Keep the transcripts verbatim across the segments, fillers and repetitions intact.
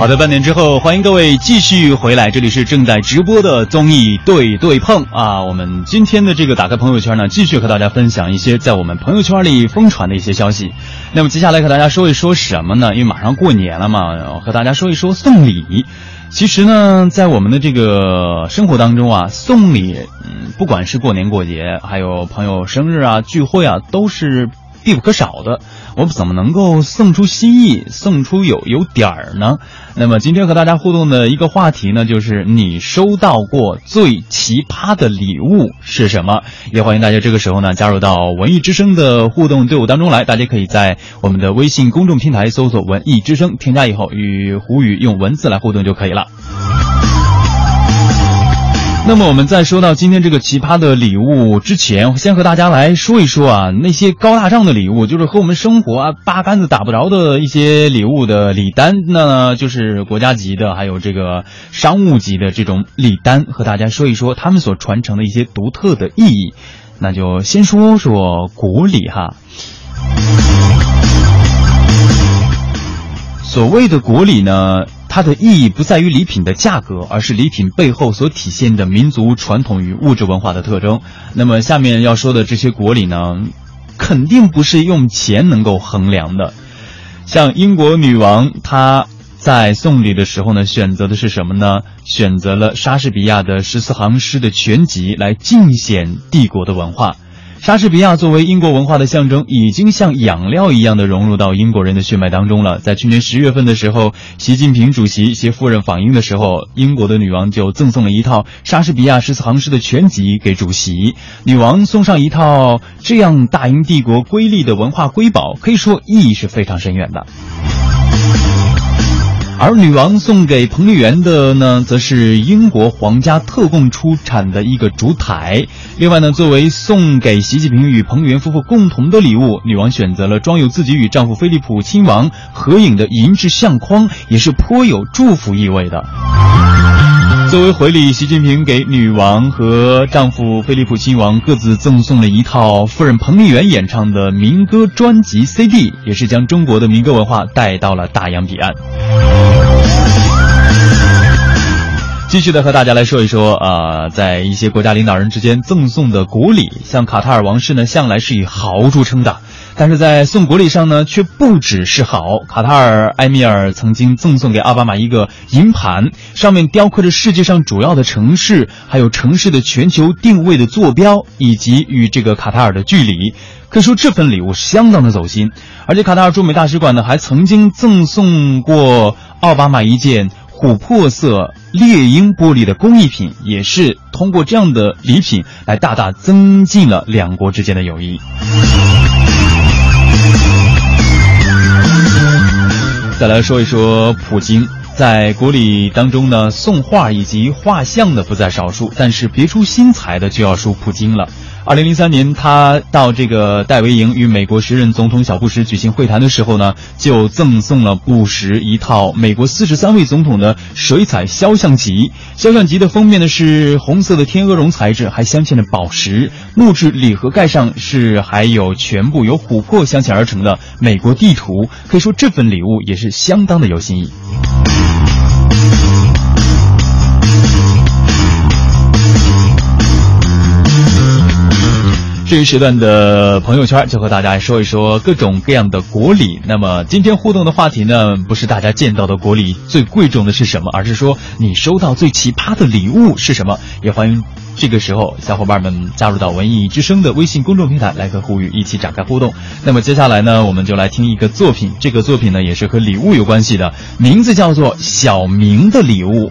好的，半点之后，欢迎各位继续回来，这里是正在直播的综艺对对碰啊。我们今天的这个打开朋友圈呢，继续和大家分享一些在我们朋友圈里疯传的一些消息。那么接下来和大家说一说什么呢？因为马上过年了嘛，和大家说一说送礼。其实呢，在我们的这个生活当中啊，送礼，嗯，不管是过年过节，还有朋友生日啊、聚会啊，都是必不可少的。我们怎么能够送出心意，送出有有点儿呢？那么今天和大家互动的一个话题呢，就是你收到过最奇葩的礼物是什么？也欢迎大家这个时候呢加入到文艺之声的互动队伍当中来。大家可以在我们的微信公众平台搜索文艺之声，添加以后与胡宇用文字来互动就可以了。那么我们在说到今天这个奇葩的礼物之前，先和大家来说一说啊，那些高大上的礼物，就是和我们生活啊八竿子打不着的一些礼物的礼单，那就是国家级的还有这个商务级的这种礼单，和大家说一说他们所传承的一些独特的意义。那就先说说国礼哈。所谓的国礼呢，它的意义不在于礼品的价格，而是礼品背后所体现的民族传统与物质文化的特征。那么下面要说的这些国礼呢，肯定不是用钱能够衡量的。像英国女王，她在送礼的时候呢，选择的是什么呢？选择了莎士比亚的十四行诗的全集来尽显帝国的文化。莎士比亚作为英国文化的象征，已经像养料一样的融入到英国人的血脉当中了。在去年十月份的时候，习近平主席携夫人访英的时候，英国的女王就赠送了一套莎士比亚十四行诗的全集给主席。女王送上一套这样大英帝国瑰丽的文化瑰宝，可以说意义是非常深远的。而女王送给彭丽媛的呢，则是英国皇家特供出产的一个烛台。另外呢，作为送给习近平与彭丽媛夫妇共同的礼物，女王选择了装有自己与丈夫菲利普亲王合影的银质相框，也是颇有祝福意味的。作为回礼，习近平给女王和丈夫菲利普亲王各自赠送了一套夫人彭丽媛演唱的民歌专辑 C D， 也是将中国的民歌文化带到了大洋彼岸。继续的和大家来说一说啊、呃，在一些国家领导人之间赠送的国礼，像卡塔尔王室呢，向来是以豪著称的，但是在送国礼上呢，却不只是豪。卡塔尔埃米尔曾经赠送给奥巴马一个银盘，上面雕刻着世界上主要的城市，还有城市的全球定位的坐标，以及与这个卡塔尔的距离。可以说这份礼物相当的走心。而且卡塔尔驻美大使馆呢，还曾经赠送过奥巴马一件琥珀色猎鹰玻璃的工艺品，也是通过这样的礼品来大大增进了两国之间的友谊。再来说一说普京，在国礼当中呢，送画以及画像的不在少数，但是别出心裁的就要数普京了。二零零三年，他到这个戴维营与美国时任总统小布什举行会谈的时候呢，就赠送了布什一套美国四十三位总统的水彩肖像集。肖像集的封面呢是红色的天鹅绒材质，还镶嵌了宝石。木质礼盒盖上是还有全部由琥珀镶嵌而成的美国地图。可以说这份礼物也是相当的有新意。这一时段的朋友圈就和大家说一说各种各样的国礼。那么今天互动的话题呢，不是大家见到的国礼最贵重的是什么，而是说你收到最奇葩的礼物是什么。也欢迎这个时候小伙伴们加入到文艺之声的微信公众平台来和胡宇一起展开互动。那么接下来呢，我们就来听一个作品，这个作品呢也是和礼物有关系的，名字叫做小明的礼物。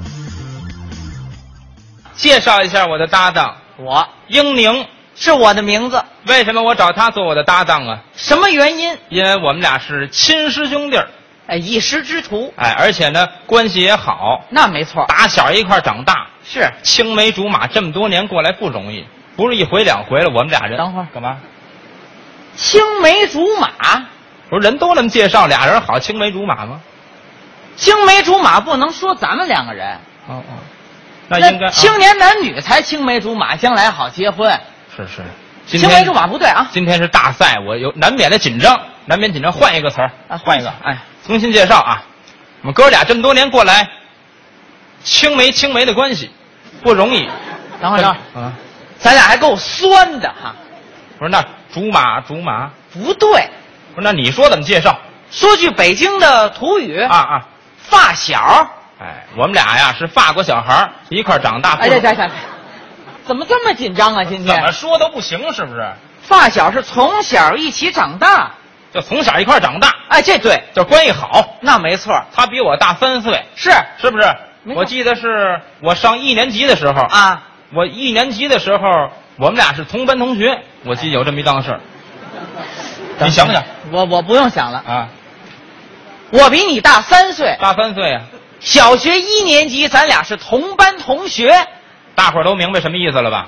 介绍一下我的搭档， 我英宁是我的名字。 为什么我找他做我的搭档啊？ 什么原因？ 因为我们俩是亲师兄弟儿， 哎，一师之徒。 哎，而且呢关系也好， 那没错， 打小一块长大， 是青梅竹马，这么多年过来不容易，不是一回两回了。我们俩人等会儿干嘛？ 青梅竹马， 不是人都那么介绍，俩人好青梅竹马吗？ 青梅竹马不能说咱们两个人。 哦哦，那应该青年男女才青梅竹马，将来好结婚。 是是， 青梅竹马不对啊！ 今天是大赛，我有难免的紧张，难免紧张。换一个词儿啊， 换一个， 哎， 重新介绍啊！ 我们哥俩这么多年过来，青梅青梅的关系，不容易。 等会儿，等会儿啊， 咱俩还够酸的哈。 不是那竹马竹马， 不对， 不是那你说怎么介绍？ 说句北京的土语啊啊， 发小。 哎，我们俩呀是法国小孩一块长大。 哎，行行，怎么这么紧张啊？今天怎么说都不行，是不是？ 发小是从小一起长大， 就从小一块长大。 哎，这对， 就关系好。 那没错， 他比我大三岁， 是是不是？ 没错我记得是我上一年级的时候啊， 我一年级的时候，我们俩是同班同学。我记得有这么一档事儿。你想想， 我我不用想了啊， 我比你大三岁， 大三岁啊。 小学一年级，咱俩是同班同学。 大伙儿都明白什么意思了吧？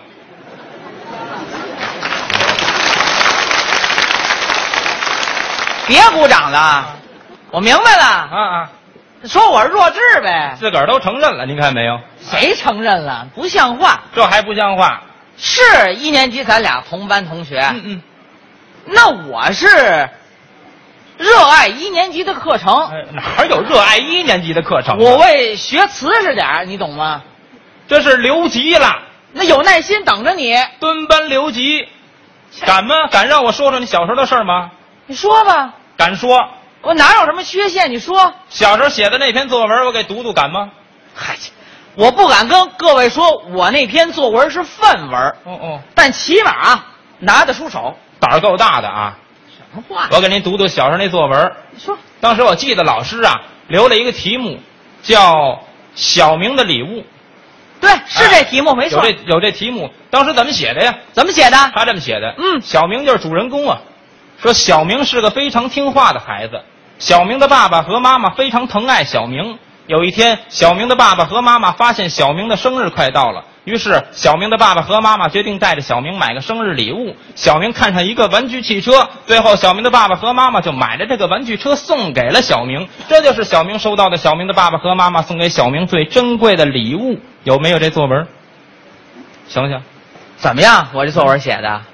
别鼓掌了，我明白了。 啊啊， 说我是弱智呗？ 自个儿都承认了，您看没有？ 谁承认了？不像话！ 这还不像话？ 是一年级咱俩同班同学。 嗯嗯。 那我是热爱一年级的课程。 哎，哪有热爱一年级的课程？ 我为学瓷实点儿，你懂吗？ 这是留级了。 那有耐心等着你。 蹲班留级，敢吗？敢让我说说你小时候的事儿吗？ 你说吧。 敢说。 我哪有什么缺陷？你说。 小时候写的那篇作文，我给读读，敢吗？ 嗨，我不敢跟各位说我那篇作文是范文。 哦哦。 但起码拿得出手。 胆儿够大的啊！ 什么话？ 我给您读读小时候那作文。 你说。 当时我记得老师啊留了一个题目，叫小明的礼物。 对，是这题目、哎、没错。 有这有这题目，当时怎么写的呀？ 怎么写的？ 他这么写的。 嗯， 小明就是主人公啊。说小明是个非常听话的孩子，小明的爸爸和妈妈非常疼爱小明。有一天，小明的爸爸和妈妈发现小明的生日快到了，于是小明的爸爸和妈妈决定带着小明买个生日礼物。小明看上一个玩具汽车，最后小明的爸爸和妈妈就买了这个玩具车送给了小明。这就是小明收到的小明的爸爸和妈妈送给小明最珍贵的礼物。有没有这作文？想想怎么样？我这作文写的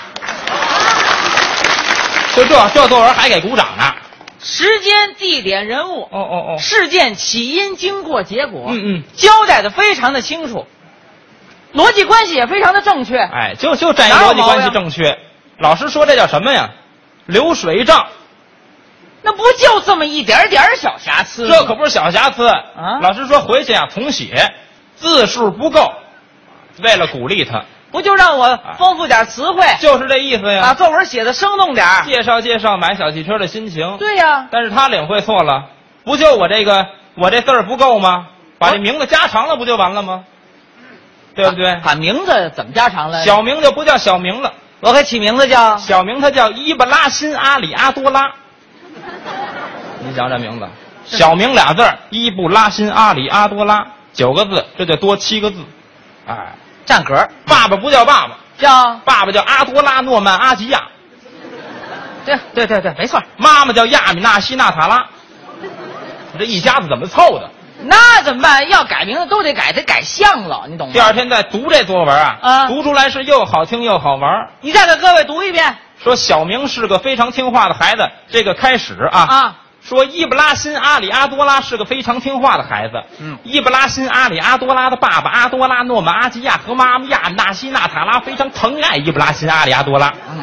就这这作文还给鼓掌呢。 时间、地点、人物， 哦哦哦， 事件起因、经过、结果， 嗯嗯， 交代的非常的清楚，逻辑关系也非常的正确。 哎，就就占一逻辑关系正确。老师说这叫什么呀？流水账。 那不就这么一点点小瑕疵吗？ 这可不是小瑕疵啊！ 老师说回去啊重写，字数不够，为了鼓励他。 不就让我丰富点词汇、啊、 就是这意思呀， 把作文写的生动点， 介绍介绍买小汽车的心情。 对呀， 但是他领会错了，不就我这个我这字儿不够吗？把这名字加长了不就完了吗？对不对？ 把, 把名字怎么加长了？ 小明就不叫小明了， 我给起名字叫小明，他叫伊布拉辛阿里阿多拉。你想这名字，小明俩字儿，伊布拉辛阿里阿多拉，九个字，这就多七个字，哎。 占格。 爸爸不叫爸爸， 叫爸爸叫阿多拉诺曼阿吉亚。 对对对对，没错。 妈妈叫亚米纳西纳塔拉。这一家子怎么凑的？ 那怎么办？要改名字都得改，得改像了，你懂吗？ 第二天再读这作文啊， 啊， 读出来是又好听又好玩。 你再给各位读一遍。 说小明是个非常听话的孩子，这个开始啊啊。 说伊布拉辛阿里阿多拉是个非常听话的孩子。 嗯， 伊布拉辛阿里阿多拉的爸爸阿多拉诺曼阿吉亚和妈妈亚纳西纳塔拉非常疼爱伊布拉辛阿里阿多拉。 嗯，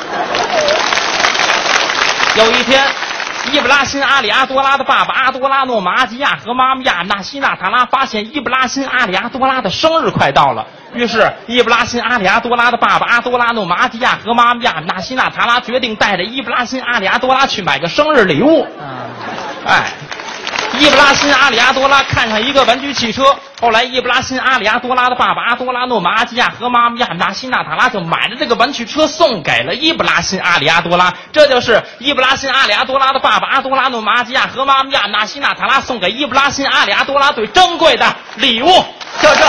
有一天，伊布拉辛阿里阿多拉的爸爸阿多拉诺曼阿吉亚和妈妈亚纳西纳塔拉发现伊布拉辛阿里阿多拉的生日快到了，于是伊布拉辛阿里阿多拉的爸爸阿多拉诺曼阿吉亚和妈妈亚纳西纳塔拉决定带着伊布拉辛阿里阿多拉去买个生日礼物。哎，伊布拉辛阿里阿多拉看上一个玩具汽车，后来伊布拉辛阿里阿多拉的爸爸阿多拉诺曼阿吉亚和妈妈亚纳西纳塔拉就买了这个玩具车送给了伊布拉辛阿里阿多拉。这就是伊布拉辛阿里阿多拉的爸爸阿多拉诺曼阿吉亚和妈妈亚纳西纳塔拉送给伊布拉辛阿里阿多拉最珍贵的礼物。就这。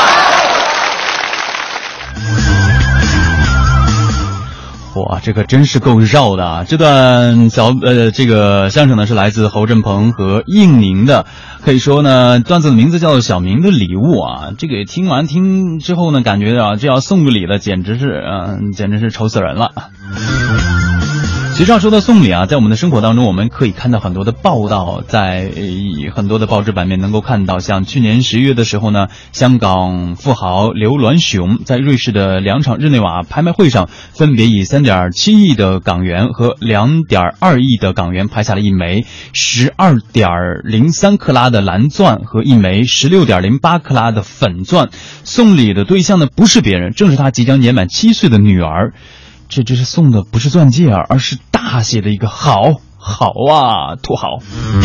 哇，这个真是够绕的啊！这段小呃这个相声呢是来自侯振鹏和应宁的，可以说呢段子的名字叫做小明的礼物啊。这个听完听之后呢，感觉啊这要送个礼的简直是嗯、呃、简直是愁死人了。 其实要说到送礼啊，在我们的生活当中，我们可以看到很多的报道，在很多的报纸版面能够看到，像去年十月的时候呢，香港富豪刘銮雄在瑞士的两场日内瓦拍卖会上，分别以三点七亿的港元和两点二亿的港元拍下了一枚十二点零三克拉的蓝钻和一枚十六点零八克拉的粉钻。送礼的对象呢，不是别人，正是他即将年满七岁的女儿。这这是送的不是钻戒啊，而是大写的一个好好啊，土豪。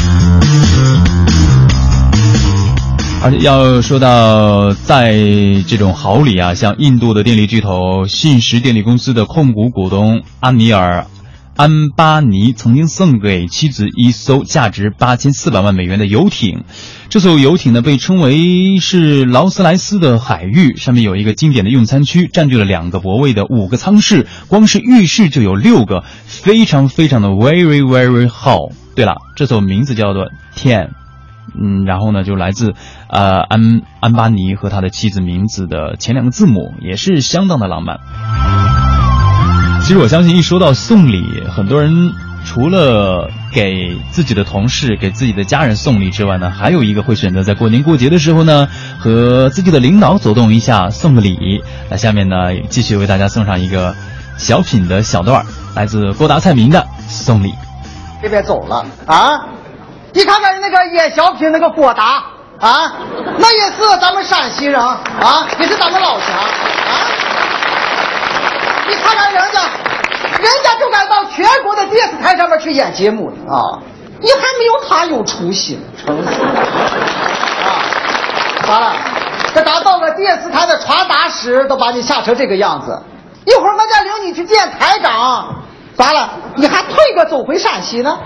而且要说到在这种好礼啊，像印度的电力巨头信实电力公司的控股股东阿米尔安巴尼曾经送给妻子一艘价值八千四百万美元的游艇。这艘游艇呢，被称为是劳斯莱斯的海域，上面有一个经典的用餐区，占据了两个泊位的五个舱室，光是浴室就有六个，非常非常的 very very 好。对了，这艘名字叫做天，嗯，然后呢就来自呃安安巴尼和他的妻子名字的前两个字母，也是相当的浪漫。其实我相信一说到送礼，很多人除了给自己的同事给自己的家人送礼之外呢，还有一个会选择在过年过节的时候呢，和自己的领导走动一下，送个礼。那下面呢继续为大家送上一个小品的小段，来自郭达蔡明的送礼。 这边走了啊，你看看那个演小品那个郭达啊，那也是咱们陕西人啊，也是咱们老乡啊。你看看人家，人家就敢到全国的电视台上面去演节目啊，你还没有他有出息，成死啊！咋了？这咋到了电视台的传达室都把你吓成这个样子？一会儿我再领你去见台长，咋了？你还退个走回陕西呢？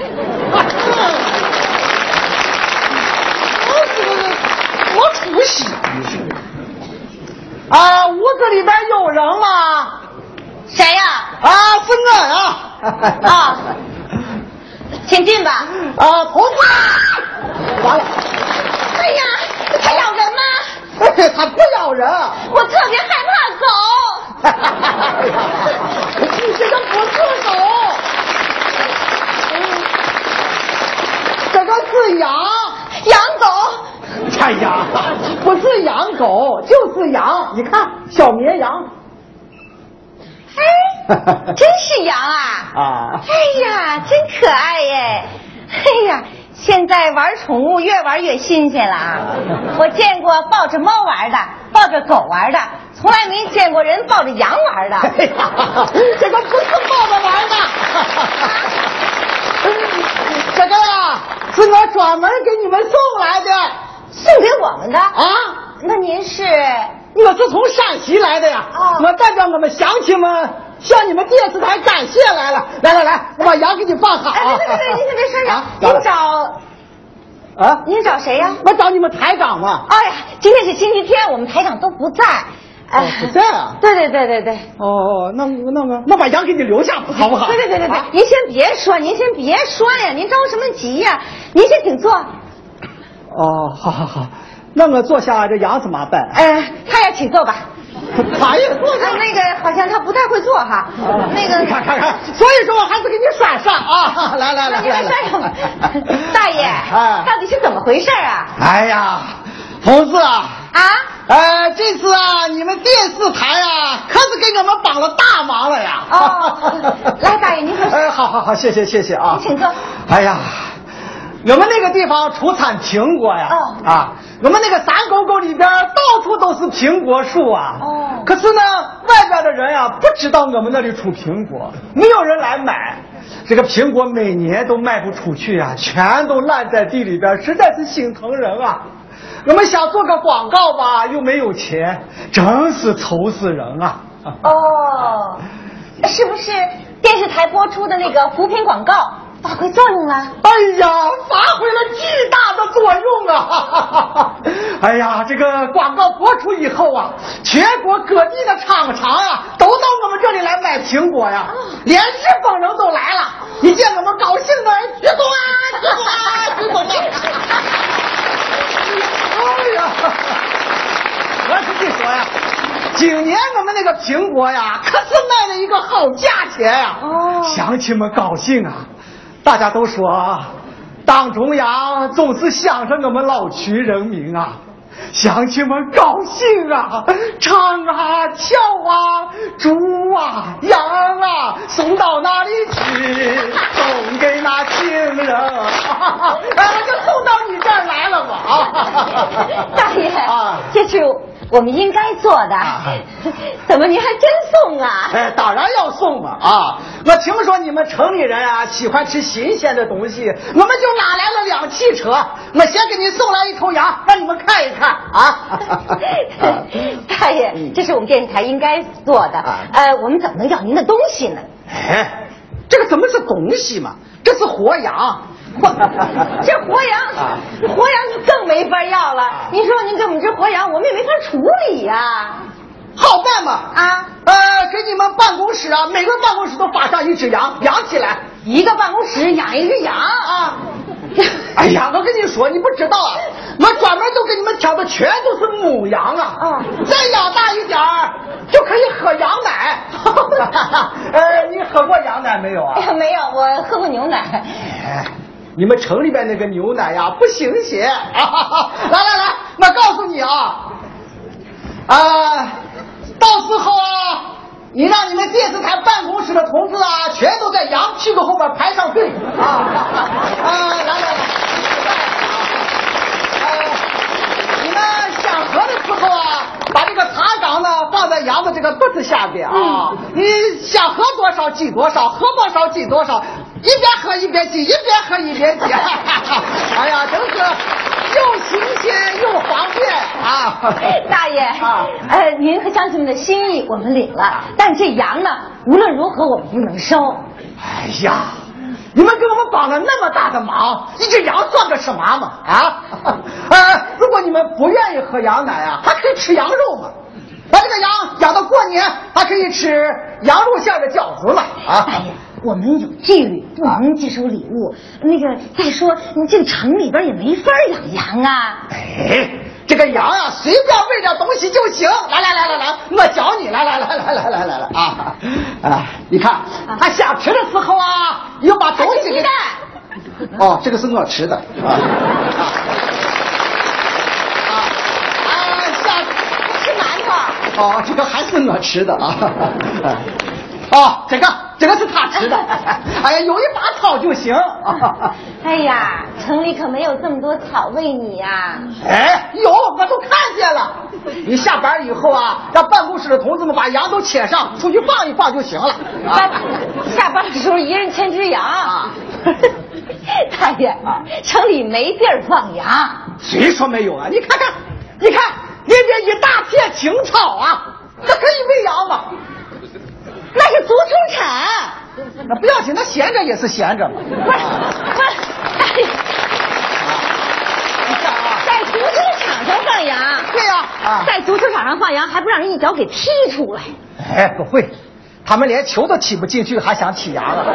多出息！啊，屋子里边有人吗？ 谁呀？ 啊，是我呀！ 啊，请进吧。 啊，同志，完了！ 哎呀，他咬人吗？ 哎，他不咬人。 我特别害怕狗。 你这个不是狗，这个是羊， 养狗。 哎呀，不是养狗，就是羊。你看，小绵羊。 哎，真是羊啊！ 啊！ 哎呀，真可爱耶！哎呀，现在玩宠物越玩越新鲜了啊！我见过抱着猫玩的，抱着狗玩的，从来没见过人抱着羊玩的。 哎呀，这个不是抱着玩的，这个呀是我专门给你们送来的， 送给我们的啊？ 那您是？ 我是从陕西来的呀， 哦、 我代表我们乡亲们向你们电视台感谢来了。来来来，我把羊给你放上啊！ 哎，对对对，您先别说着， 啊、 您找啊？ 您找谁呀？ 我找你们台长嘛。 哎呀，今天是星期天，我们台长都不在。 哎、哦，不在啊？ 对对对对对。 哦，那那个，那把羊给你留下好不好？ 对对对对对，啊、您先别说，您先别说呀，您着什么急呀？您先请坐。 哦，好好好。那我坐下，这羊怎么办？ 哎，他也请坐吧。 他也坐下。 那个好像他不太会坐哈。哦、那个看看看，所以说我还是给你拴上啊！来来来， 你还拴上吧。大爷，哎，到底是怎么回事啊？ 哎呀，同志啊！ 啊？ 呃，这次啊，你们电视台啊，可是给我们帮了大忙了呀！ 哦，来，大爷您说。 哎，好好好，谢谢谢谢啊！ 请坐。 哎呀。我们那个地方出产苹果呀， 哦、 啊，我们那个山沟沟里边到处都是苹果树啊。 哦。 可是呢，外边的人呀、啊、不知道我们那里出苹果，没有人来买。这个苹果每年都卖不出去啊，全都烂在地里边，实在是心疼人啊。我们想做个广告吧，又没有钱，真是愁死人啊。 哦，是不是电视台播出的那个扶贫广告发挥作用了？ 哎呀，发挥了巨大的作用啊！哎呀，这个广告播出以后啊，全国各地的厂商啊，都到我们这里来买苹果呀，连日本人都来了。你见我们高兴的鞠躬啊，鞠躬啊，鞠躬啊！哎呀，我跟你说呀， 今年我们那个苹果呀，可是卖了一个好价钱呀！ 哦， 乡亲们高兴啊！大家都说，党中央总是想着我们老区人民啊。乡亲们高兴啊，唱啊跳啊，猪啊羊啊送到哪里去？送给那情人，哎，就送到你这儿来了嘛！啊， 大爷， 啊， 这是我们应该做的，啊、怎么您还真送啊？ 哎，当然要送嘛！啊，我听说你们城里人啊喜欢吃新鲜的东西，我们就拉来了辆汽车，我先给你送来一头羊，让你们看一看啊！ 大爷，这是我们电视台应该做的，啊、呃，我们怎么能要您的东西呢？ 哎，这个怎么是东西嘛？这是活羊。 这活羊，啊、活羊就更没法要了。啊、您说您给我们这活羊，我们也没法处理呀、啊。 好办嘛！ 啊， 呃，给你们办公室啊，每个办公室都发上一只羊，养起来。 一个办公室养一只羊啊！ 哎呀，我跟你说，你不知道啊，我专门都给你们挑的全都是母羊啊！啊，再养大一点儿就可以喝羊奶。呃，你喝过羊奶没有啊？ 哎、没有，我喝过牛奶。 哎，你们城里边那个牛奶呀，不新鲜。啊、来来来，我告诉你啊，啊、呃，到时候啊。你让你们电视台办公室的同志啊，全都在羊屁股后边排上队啊！啊，来来来，呃，你们想喝的时候啊，把这个茶缸呢放在羊的这个肚子下边啊，你想喝多少挤多少，喝多少挤多少，一边喝一边挤，一边喝一边挤。哎呀，真是又新鲜又方便啊！ 大爷，啊、呃，您和乡亲们的心意我们领了，但这羊呢，无论如何我们不能收。 哎呀，你们给我们帮了那么大的忙，一只羊算个什么嘛？啊，呃，如果你们不愿意喝羊奶啊，还可以吃羊肉嘛。把这个羊养到过年，还可以吃羊肉馅的饺子嘛。啊， 哎呀，我们有纪律，不能接收礼物。那个，再说，你这城里边也没法养羊啊。 哎，这个羊啊，随便喂点东西就行。来来来来来，我教你，来来来来来来来来啊啊！你看，他想吃的时候啊，又把东西给。哦，这个是我吃的啊。哦，这个还是我吃的啊！哦，这个这个是他吃的。哎呀，有一把草就行。 哎呀，城里可没有这么多草喂你呀、啊！ 哎，有，我都看见了。你下班以后啊，让办公室的同志们把羊都牵上，出去放一放就行了。 啊、下班的时候一人牵只羊。啊、大爷，啊、城里没地儿放羊。 谁说没有啊？你看看，你看。那边一大片青草啊，这可以喂羊吗？ 那是足球场。 那不要紧，那闲着也是闲着嘛。 不是，不是，大爷， 你看啊， 在足球场上放羊。 对呀、啊，啊， 在足球场上放羊还不让人一脚给踢出来？ 哎，不会，他们连球都踢不进去，还想踢羊了。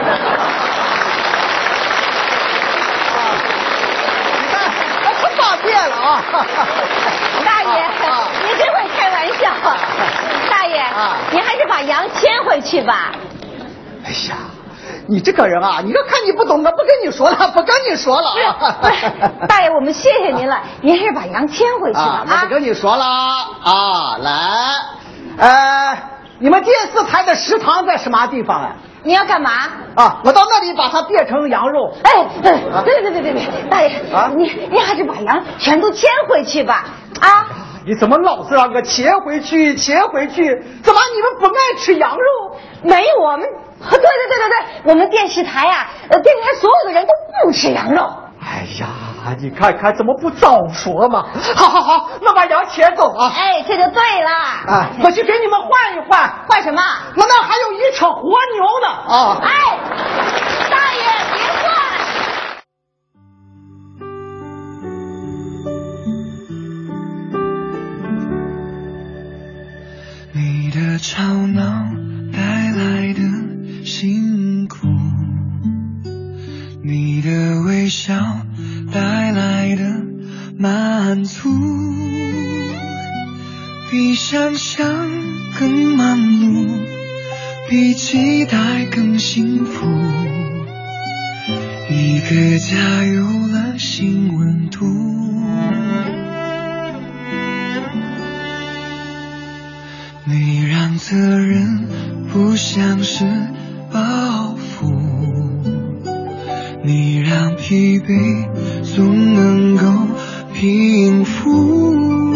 你看，可方便了啊。 大爷，啊、您真会开玩笑。大爷，啊、您还是把羊牵回去吧。 哎呀，你这个人啊，你要看你不懂，我不跟你说了，不跟你说了啊。 大爷，我们谢谢您了，您还是把羊牵回去吧。 啊，我不跟你说了啊。来，呃，你们电视台的食堂在什么地方啊？ 你要干嘛？ 啊，我到那里把它变成羊肉。 哎，哎，对对对对对，大爷，啊，你你还是把羊全都牵回去吧。啊！ 你怎么老是让我切回去切回去？怎么你们不爱吃羊肉？ 没有，我们对对对对对，我们电视台啊，呃，电视台所有的人都不吃羊肉。 哎呀，你看看怎么不早说嘛！好好好，那把羊牵走啊！ 哎，这就对了。 啊，我去给你们换一换。 换什么？ 我那还有一车活牛呢。啊！ 哎，大爷别换。 你的吵闹带来的辛苦，你的微笑带来的满足，比想象更忙碌，比期待更幸福。一个家有了新温度，你让责任不像是包袱，你让疲惫总能够平复。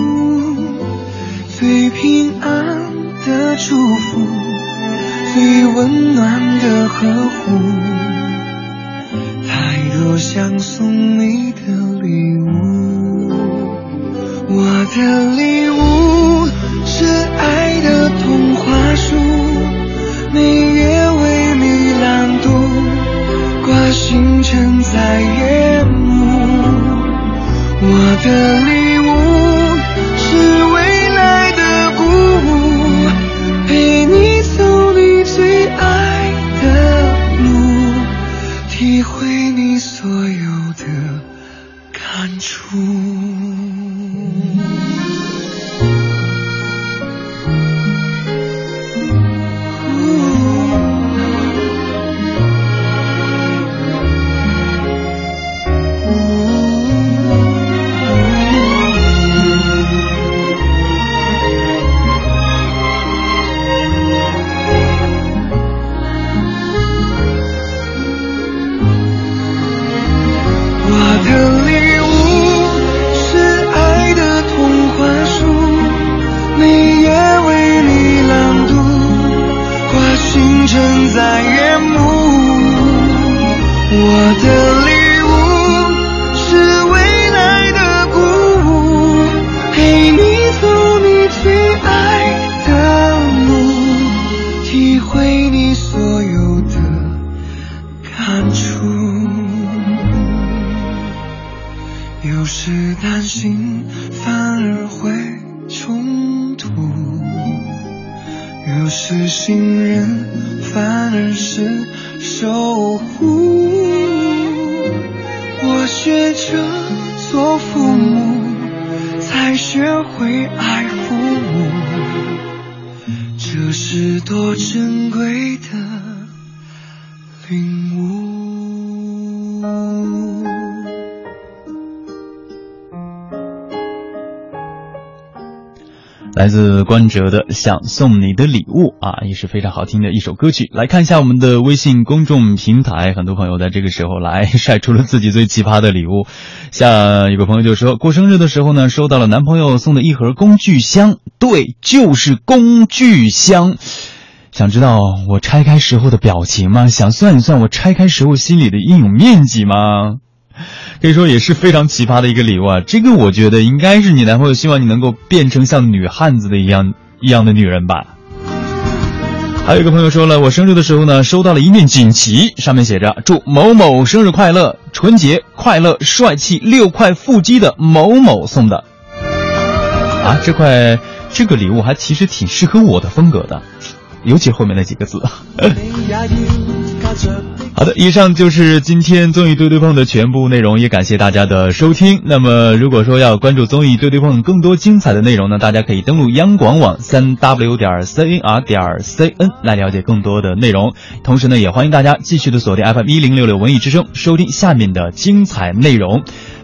最平安的祝福，最温暖的呵护，太多想送你的礼物。我的礼物是爱的童话书，每页为你朗读，挂星辰在夜幕。我的礼物是未来的鼓舞，陪你走你最爱的路，体会你所有的感触。在夜幕，我的礼物是未来的鼓舞，陪你走你最爱的路，体会你所有的感触。有时担心反而会冲突，有时信任反而是守护。我学着做父母，才学会爱父母，这是多珍贵的领悟。 来自关喆的《想送你的礼物》啊，也是非常好听的一首歌曲。来看一下我们的微信公众平台，很多朋友在这个时候来晒出了自己最奇葩的礼物。像有个朋友就说，过生日的时候呢，收到了男朋友送的一盒工具箱，对，就是工具箱。想知道我拆开时候的表情吗？想算一算我拆开时候心里的阴影面积吗？可以说也是非常奇葩的一个礼物啊！这个我觉得应该是你男朋友希望你能够变成像女汉子的一样一样的女人吧。还有一个朋友说了，我生日的时候呢，收到了一面锦旗，上面写着祝某某生日快乐，纯洁快乐帅气六块腹肌的某某送的。啊，这块这个礼物还其实挺适合我的风格的，尤其后面那几个字。好的，以上就是今天综艺对对碰的全部内容，也感谢大家的收听。那么如果说要关注综艺对对碰更多精彩的内容呢，大家可以登录央广网 三 w 点 c n r 点 c n 来了解更多的内容。同时呢，也欢迎大家继续的锁定 F M 一零六六文艺之声，收听下面的精彩内容。